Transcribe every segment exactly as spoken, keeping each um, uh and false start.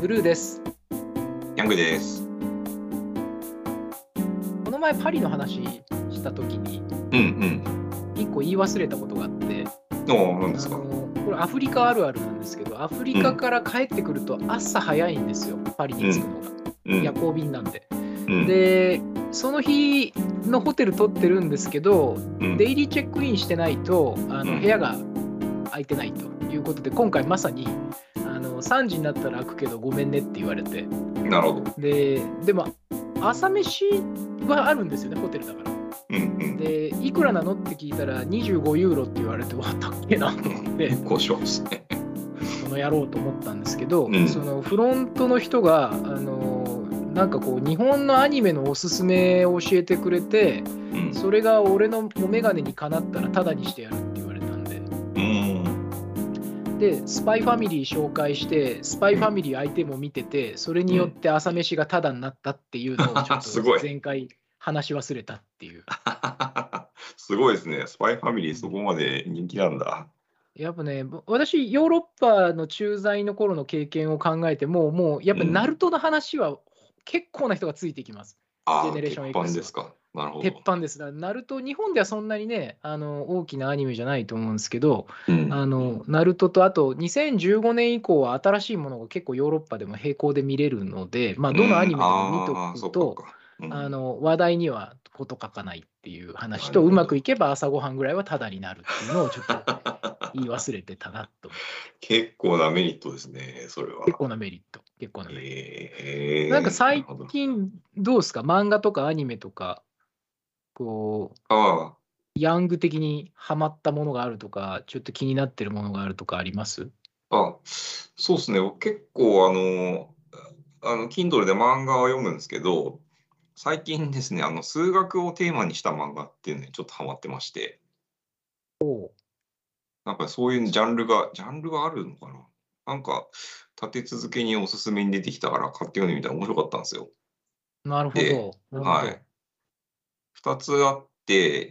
ブルーです。 ヤングです。 この前パリの話したときに、 うん一個言い忘れたことがあって、 うん。おお、何ですか。 あのこれアフリカあるあるなんですけど、アフリカから帰ってくると朝早いんですよ、パリに着くのが。 うん夜行便なんで。 うん。 で、その日のホテル取ってるんですけど、 うんデイリーチェックインしてないとあうんの部屋が空いてないということで、今回まさにあのさんじになったら開くけどごめんねって言われて、 なるほど。 で、でも朝飯はあるんですよね、ホテルだから。 うんうん。 で、いくらなのって聞いたらにじゅうごユーロって言われて、わ、たっけえなと思って、 交渉ですね。 この野郎と思ったんですけど、 うんそのフロントの人が、あのなんかこう、日本のアニメのおすすめを教えてくれて、 うんそれが俺のお眼鏡にかなったらタダにしてやるって言われたんで、 うんで、スパイファミリー紹介して、スパイファミリー相手も見てて、それによって朝飯がタダになったっていうのをちょっすごいと前回話し忘れたっていう。 すごいですね。スパイファミリーそこまで人気なんだ。 やっぱね、ぼ私、ヨーロッパの駐在の頃の経験を考えても、もうやっぱうんナルトの話は結構な人がついてきます。ジああ、 ェネレーション鉄板 X は。 ですか。なるほど。 鉄板です。だからナルト、日本ではそんなにね、あの大きなアニメじゃないと思うんですけど、 うんあのナルトと、あとにせんじゅうごねん以降は新しいものが結構ヨーロッパでも並行で見れるので、まあ、どのアうん。 ニメでも見とああ、そっかそっくと、 か。うんあの話題にはこと書かないっていう話と、 なるほどうまくいけば朝ごはんぐらいはタダになるっていうのをちょっと言い忘れてたなと。 結構なメリットですね、それは。 結構なメリット。結構なメリッへト。なんかえ、なる最ほど。 近どうですか、漫画とかアニメとか、こう、 ああ、 ヤング的にハマったものがあるとか、ちょっと気になってるものがあるとかあります？ あ、そうですね。結構あの、あの、Kindle で漫画を読むんですけど、最近ですね、あの、数学をテーマにした漫画っていうのにちょっとハマってまして、なんかそういうジャンルがジャンルがあるのかな。なんか、立て続けにおすすめに出てきたから買って読んでみたら面白かったんですよ。 なるほで、 ど。なるほど。 はい。ふたつあって、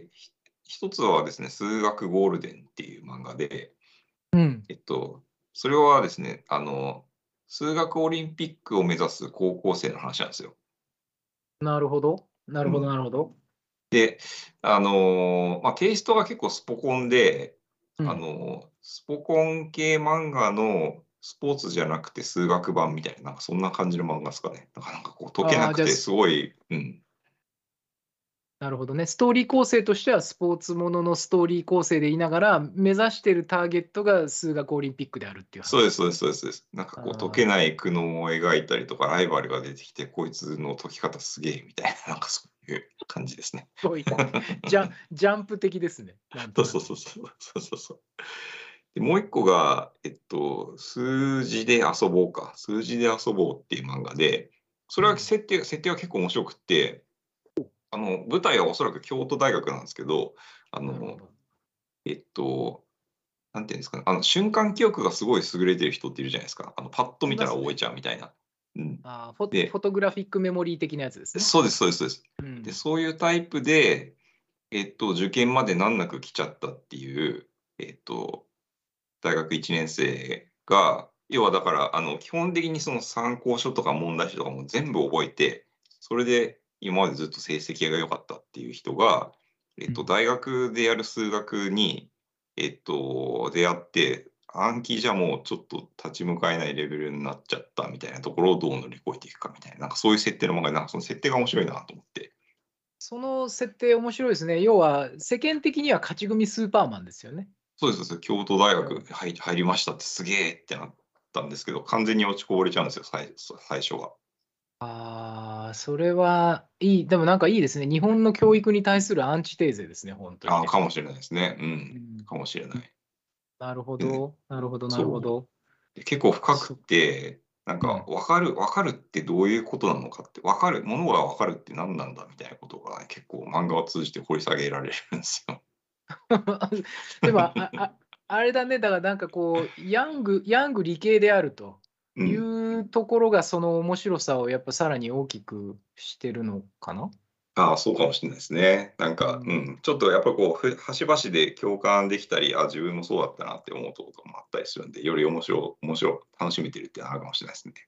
ひ一つはですね、数学ゴールデンっていう漫画で、 うん。 えっと、それはですね、あの、数学オリンピックを目指す高校生の話なんですよ。 なるほど。なるほど、 うん。 なるほど。 で、あの、まあ、テイストが結構スポコンで、あうん。 の、スポコン系漫画のスポーツじゃなくて数学版みたいな、なんかそんな感じの漫画ですかね。なかなかこう解けああ、じゃあ、 なくてすすごい、うん。 なるほどね。ストーリー構成としてはスポーツもののストーリー構成でいながら、目指しているターゲットが数学オリンピックであるっていう話。 そうですそうですそうですそうです。なんかこう解けあない苦悩を描いたりとか、ライバルが出てきて、こいつの解き方すげえみたいな、なんかそういう感じですね。 すごい。ジャンジャンプ的ですね。なんとなく。 そうそうそうそう。そうそうそう。で、もう一個が、えっと、数字で遊ぼうか。数字で遊ぼうっていう漫画で、それは設定設定は結構面白くって、あの、舞台はおそらく京都大学なんですけど、あの、 なるほど。 えっと、なんていうんですかね、あの、瞬間記憶がすごい優れてる人っているじゃないですか。あの、パッと見たら覚えいますね。 ちゃうみたいな。うん。 あーフォ、フォで、 トグラフィックメモリー的なやつですね。 そうですそうですそうです。で、 うん。 そういうタイプで、えっと、受験まで難なく来ちゃったっていう、えっと、大学いちねん生が、要はだから、あの、基本的にその参考書とか問題集とかも全部覚えて、それで今までずっと成績が良かったっていう人が、えっと、 うん。 大学でやる数学に、えっと、出会って、暗記じゃもうちょっと立ち向かえないレベルになっちゃったみたいなところをどう乗り越えていくかみたいな、なんかそういう設定の漫画で、なんかその設定が面白いなと思って。 その設定面白いですね。要は、世間的には勝ち組スーパーマンですよね。 そうですそうです。京都大うん。 学入入りましたってすげえってなったんですけど、完全に落ちこぼれちゃうんですよ、最最初は。 ああ、それはいい。でもなんかいいですね。日本の教育に対するアンチテーゼですね、本当にああ、 ね。 かもしれないですね。うん、 うん。 かもしれない。 なるほでね、 ど。なるほど、なるほそう。 ど。 で、結構深くそて、なんかうん。 分かる分かるってどういうことなのかって、分かるものが分かるって何なんだみたいなことが、結構漫画を通じて掘り下げられるんですよ。 でも、あああれだね、だからなんかこう、ヤング、ヤング理系であるというん。 うところが、その面白さをやっぱさらに大きくしてるのかな。 ああ、そうかもしれないですね。なんか、ううん。 ん、ちょっとやっぱこう、ふ端々で共感できたり、あ、自分もそうだったなって思うところもあったりするんで、より面白面白楽しめてるっていうのはあるかもしれないですね。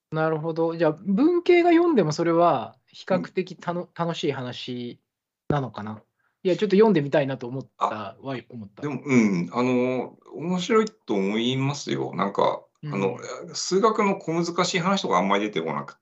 なるほど。じゃあ、文系が読んでもそれは比較うん、 的たの楽しい話なのかな。いや、ちょっと読んでみたいなと思っあ、 たは思った。 でも、うん、あの、面白いと思いますよ。なんか、あの、 うん。 数学の小難しい話とかあんまり出てこなくって、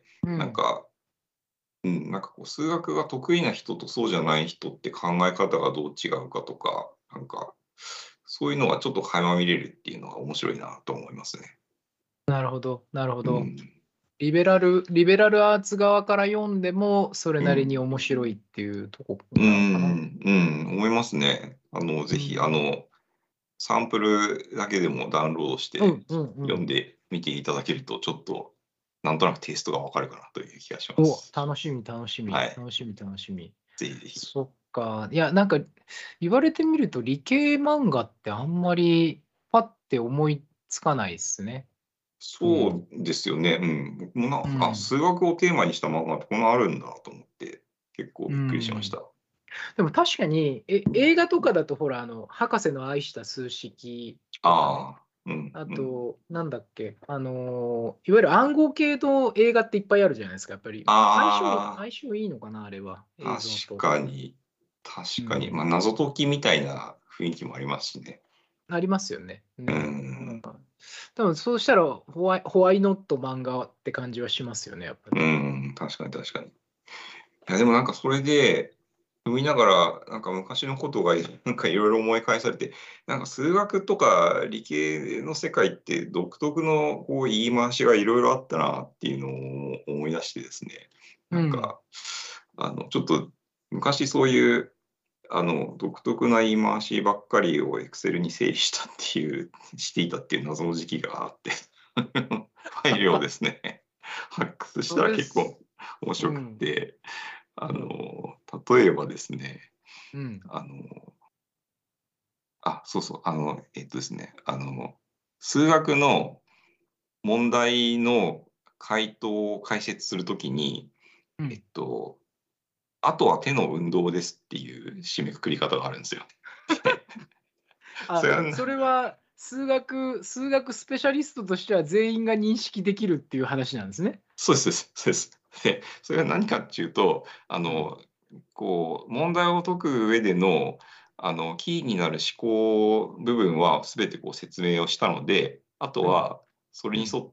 うん。 なんか、うん、なんかこう、数学が得意な人とそうじゃない人って考え方がどう違うかとか、なんか、そういうのがちょっと垣間見れるっていうのが面白いなと思いますね。 なるほど、なるほど。 うん、 リベラル、リベラルアーツ側から読んでも、それなりにうん、 面白いっていうとこうなのかな。 ん、うん、思いますね。あの、ぜひ、あうん。 の、サンプルだけでもダウンロードしてうんうんうん。 読んでみていただけると、ちょっとなんとなくテイストがわかるかなという気がしまお、 す。 楽しみ、楽しみ、 はい。 楽しみ、楽しみ。 ぜひぜひ。 そっか。いや、なんか、言われてみると、理系漫画ってあんまりパッて思いつかないですね。うん。 そうですよね。うん。僕もな、あ、 うん。 数学をテーマにした漫画ってこんなあるんだと思って、結構うびっくりしましん。 た。 でも確かに、え、映画とかだと、ほら、あの、博士の愛した数式とかね。 ああ、うんうん。 あと、なんだっけ、あのーいわゆる暗号系の映画っていっぱいあるじゃないですか、やっぱり。相性、 あ相性いいのかな、あれは、 あ、 映像確と。 かに、確かに。まあ、 うん。 謎解きみたいな雰囲気もありますしね。 ありますよね。 うね。うん。 ん。 多分そうしたらホワイ、ホワイノット漫画って感じはしますよね、やっぱうね。 ん、確かに確かに。いや、でもなんかそれで、読みながら、なんか昔のことがなんかいろいろ思い返されて、なんか数学とか理系の世界って独特のこう言い回しがいろいろあったなっていうのを思い出してですね、 うん。 なんか、あの、ちょっと昔そういうあの独特な言い回しばっかりをエクセルに整理したっていう、していたっていう謎の時期があって、ファイルをですね、発掘したそられす、 結構面白くっうん。 て、あうん。 の、例えばですね、 うん。 あの、あ、そうそう、あの、えっとですね、あの、数学の問題の回答を解説するときに、えっうん。 と、あとは手の運動ですっていう締めくくり方があるんですよ。で、そあ、 れはなそれは数学、数学スペシャリストとしては全員が認識できるっていう話なんですね。 そうです、そうです。で、それは何かっていうと、あうん。 の、こう、問題を解く上での、あの、キーになる思考部分は全てこう説明をしたので、あとうん。 はそれにうん。 沿って、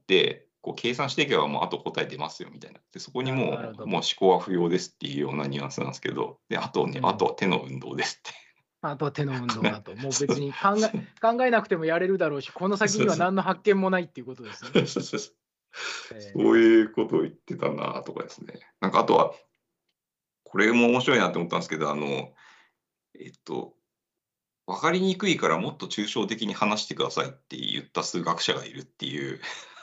こう計算していけばもうあと答え出ますよみたいな。で、そこになるほど、なるもう、 ほど。 もう思考は不要ですっていうようなニュアンスなんですけど、で、あとね、あとうん。 は手の運動ですって。 あとは手の運動だと。もう別そうに考え、 そう考えなくてもやれるだろうし、この先にはそうそう。 何の発見もないっていうことですね。 そうそうそう。そうえいうことを言ってたなとかですね。なんかあとは、これも面白いなって思ったんですけど、あの、えっと、分かりにくいからもっと抽象的に話してくださいって言った数学者がいるっていう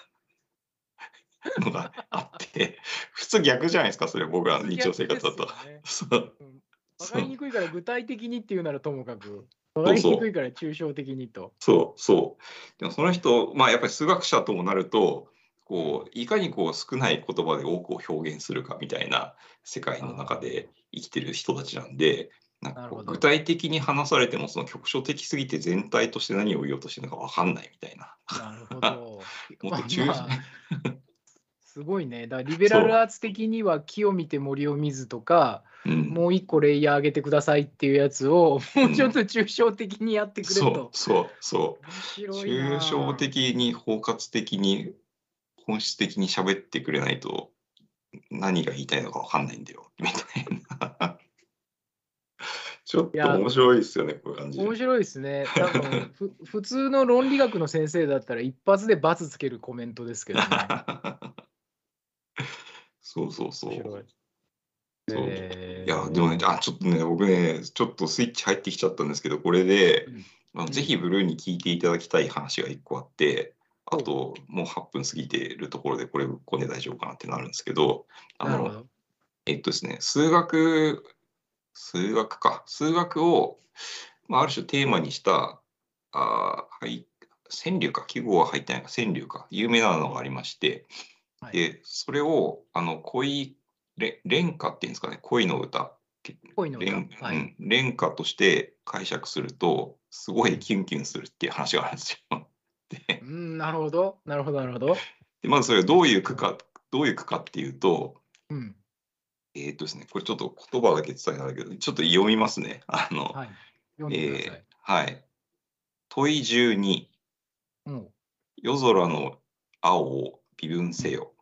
のがあって、普通逆じゃないですか、それ僕らの普通日常生逆で活だと。 すよね。 そう、 うん。わかそう、 りにくいから具体的にっていうならともかく、わかりにくいそうそう、 から抽象的にと。 そうそう。でもその人、まあやっぱり数学者ともなると、 うん。 こう、いかにこう少ない言葉で多くを表現するかみたいな世界の中でああ、 生きてる人たちなんで、なんかこう具なるほど。 体的に話されてもその局所的すぎて全体として何を言おうとしてるのか分かんないみたいな。 なるほど。 もっまあと抽象まあ、すごいね。だからリベラルそアーツ的には木を見て森を見ずとか、 う、うん、 もう一個レイヤー上げてくださいっていうやつを、もうちょっとうん。 抽象的にやってくれと。 そうそうそう。 面白い抽象な的に包括的に本質的に喋ってくれないと、何が言いたいのか分かんないんだよ、みたいな。ちょっぁ。いや、 と面白いですよね、こういう感じ。 面白いですね。多分ふ普通の論理学の先生だったら一発で×つけるコメントですけどね。 そうそう面白い。 そう。そう。いや、でもね、 えあ、ちょっとね、僕ね、ちょっとスイッチ入ってきちゃったんですけど、これで、 ー、うん。 あの、ぜうん。 ひブルーに聞いていただきたい話がいっこあって、あお、 と、もうはっぷん過ぎているところで、これ、ここで大丈夫かなってなるんですけど、あの、 なるほど。 えっとですね、数学数学か。数学を、まあ、ある種テーマにした、あーはい、川柳か、記号は入ってないか、川柳か、有名なのがありまして、 はい。 で、それを、あの、恋、れ恋歌っていうんですかね、恋の歌、け恋の歌。 恋、 はい。 うん、恋歌として解釈すると、すごうん。 いキュンキュンするっていう話があるんですよ。で、 うん、なるほど。なるほど、なるほど。 でまずそれがどういう句か、どういう句かっていうと、 うん。 えっとですね、これちょっと言葉だけ伝えないけど、ちょっと読みますね。あの、 はい。読んでください。 えーはい。問いじゅうに、 うん。 夜空の青を微分せよ。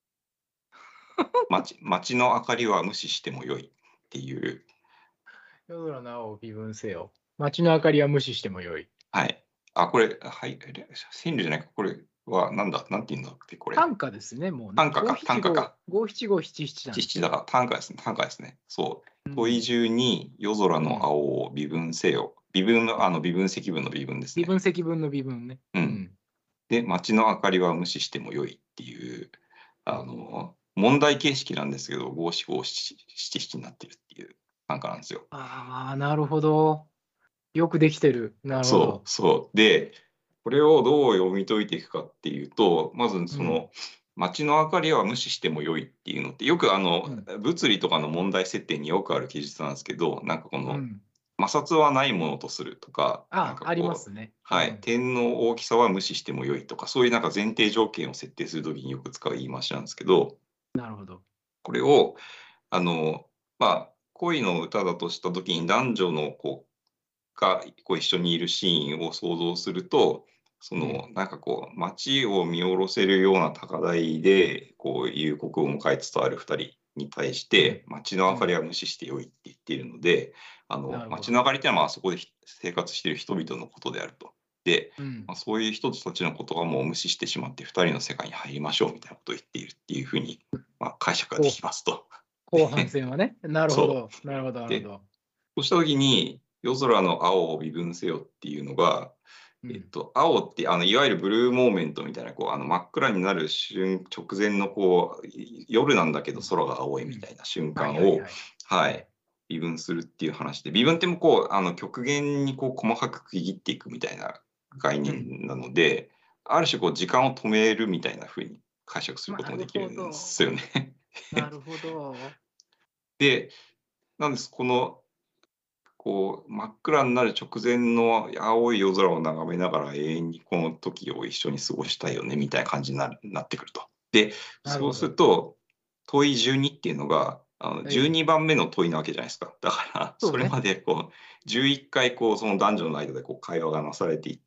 街街の明かりは無視してもよいっていう、 夜空の青を微分せよ。街の明かりは無視してもよい。 はい。あ、これ、はい、れ川柳じゃないか、これはなんだ、なんて言うんだっけ、これ。 短歌ですね、もうね。 短歌か、短歌か。 五七五七七なんですね。 七七だから短歌ですね、短歌ですね。そうう。 ん問い中に夜空の青を微分せよ。微分の、あの微分積分の微分ですね。 微分積分の微分ね。 う。 うんん。 で、街の明かりは無視してもよいっていう、あの、問題形式なんですけど、五七五七七七になってるっていう短歌なんですよ。 ああ、なるほど。よくできてる。なるほそう、 ど。 そう。で、これをどう読み解いていくかっていうと、まずその、街の明かりは無視しても良いっていうのって、よくあの、 うん物理とかの問題設定によくある記述なんですけど、なんかこの、 うん。 摩擦はないものとするとか、なんあ、ありまかこう、 すね。 はい、 うん点の大きさは無視しても良いとか、そういうなんか前提条件を設定するときによく使う言い回しなんですけど、 なるほど。 これを、あの、まあ、恋の歌だとしたときに男女のこうがこう一緒にいるシーンを想像すると、その、なんかこう、街を見下ろせるような高台で、こう、夕刻を迎えつつある二人に対して、街の明かりは無視してよいって言っているので、あの、 なるほど街の明かりっていうのは、まあそこでひ生活している人々のことであると。で、 うんまあ、そういう人たちのことはもう無視してしまって、二人の世界に入りましょうみたいなことを言っているっていうふうに、まあ、解釈ができますと。 後半戦はね。なるほそど。なるほど。なるでほど。 そうしたときに、夜空の青を微分せよっていうのが、 うんえっと、青ってあのいわゆるブルーモーメントみたいなこうあの真っ暗になる瞬直前のこうい夜なんだけど空が青いみたいな瞬間を、 はいはいはい。 はい、微分するっていう話で、微分ってもこうあの極限にこう細かく区切っていくみたいな概念なので、ある種こう時間を止めるみたいな風に解釈することもできるんですよね。 なるほど。 で、なんですこのこう真っ暗になる直前の青い夜空を眺めながら永遠にこの時を一緒に過ごしたいよねみたいな感じになるなってくると。で、そうすなるほど。 ると問いじゅうにっていうのがあのはいじゅうにばんめの問いなわけじゃないですか。だからそうねそれまでこうじゅういっかいこうその男女の間でこう会話がなされていって、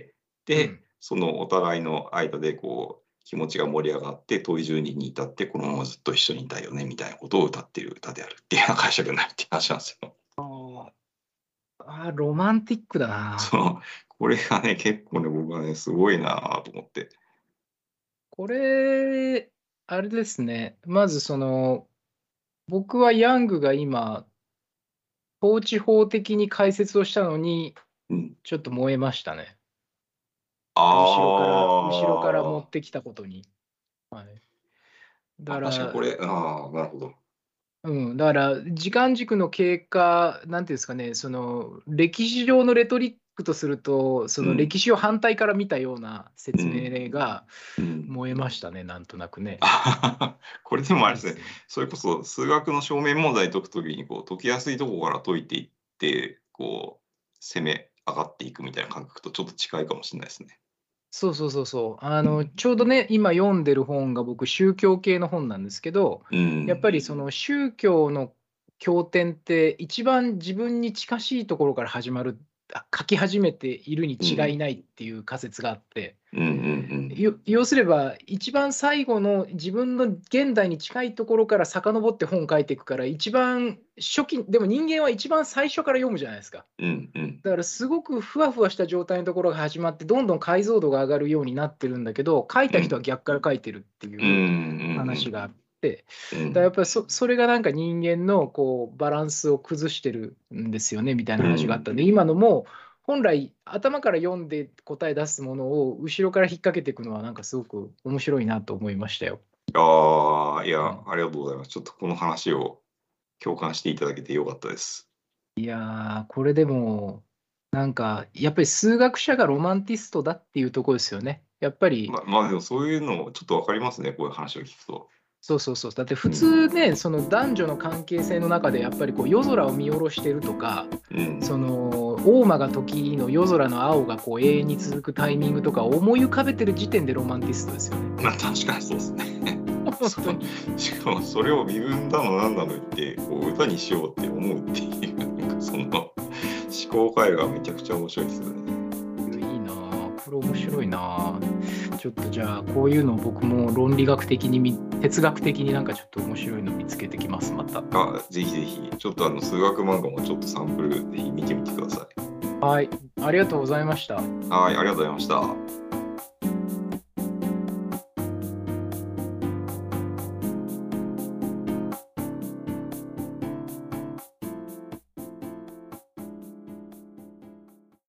で、 うんそのお互いの間でこう気持ちが盛り上がって問いじゅうにに至ってこのままずっと一緒にいたいよねみたいなことを歌っている歌であるっていうような解釈になるっていう話なんですよ。 あーロマンティックだな。 そう、これがね、結構ね、僕はね、すごいなと思って。 これ、あれですね。まずその、僕はヤングが今、統治法的に解説をしたのに、 うん。 ちょっと燃えましたね。 あ後ろから、後ろから持っあ。 てきたことに。はい、だあ、 から、 確かにこれ、ああ、なるほど。 うん、だから時間軸の経過、なんていうんですかね、その歴史上のレトリックとすると、そのうん。 歴史を反対から見たような説明がうん。 燃えましたね、なんとなくね。 あははこれでもあれですね、 いいっすねそれこそ数学の正面問題解くときに、こう、解きやすいところから解いていって、こう、攻め上がっていくみたいな感覚とちょっと近いかもしれないですね。 そうそうそうそう。あの、 うん。 ちょうどね、今読んでる本が僕、宗教系の本なんですけど、 うん。 やっぱりその宗教の経典って一番自分に近しいところから始まる、あ書き始めているに違いないっていう仮説があって、 うんうんうん。 よ要すれば一番最後の自分の現代に近いところから遡って本書いていくから、一番初期、でも人間は一番最初から読むじゃないですか。 うんうん。 だからすごくふわふわした状態のところが始まって、どんどん解像度が上がるようになってるんだけど、書いた人は逆から書いてるってうんういうん話があって、 うん。 だからやっぱり そ, それがなんか人間のこうバランスを崩してるんですよねみたいな話があったんで、今のも本来頭から読んで答え出すものを後ろから引っ掛けていくのはなんかすごく面白いなと思いましたよ。 ああ、いや、 うんありがとうございます。ちょっとこの話を共感していただけてよかったです。 いやー、これでもなんかやっぱり数学者がロマンティストだっていうところですよね。やっぱりままあ、でもそういうのちょっと分かりますね、こういう話を聞くと。 そうそうそう。だって普通ね、うん、その男女の関係性の中でやっぱりこう夜空を見下ろしてるとか、うん、その大間が時の夜空の青がこう永遠に続くタイミングとかを思い浮かべてる時点でロマンティストですよね。 まあ確かにそうですね。しかもそれを微分だのなんだの言ってこう歌にしようって思うっていうなんかその思考回路がめちゃくちゃ面白いですよね。 いいなぁ、これ面白いなぁ。ちょっとじゃあこういうのを僕も論理学的に哲学的になんかちょっと面白いの見つけてきますまた。 あ、ぜひぜひちょっとあの数学漫画もちょっとサンプルぜひ見てみてください。 はい、ありがとうございました。 はい、ありがとうございました。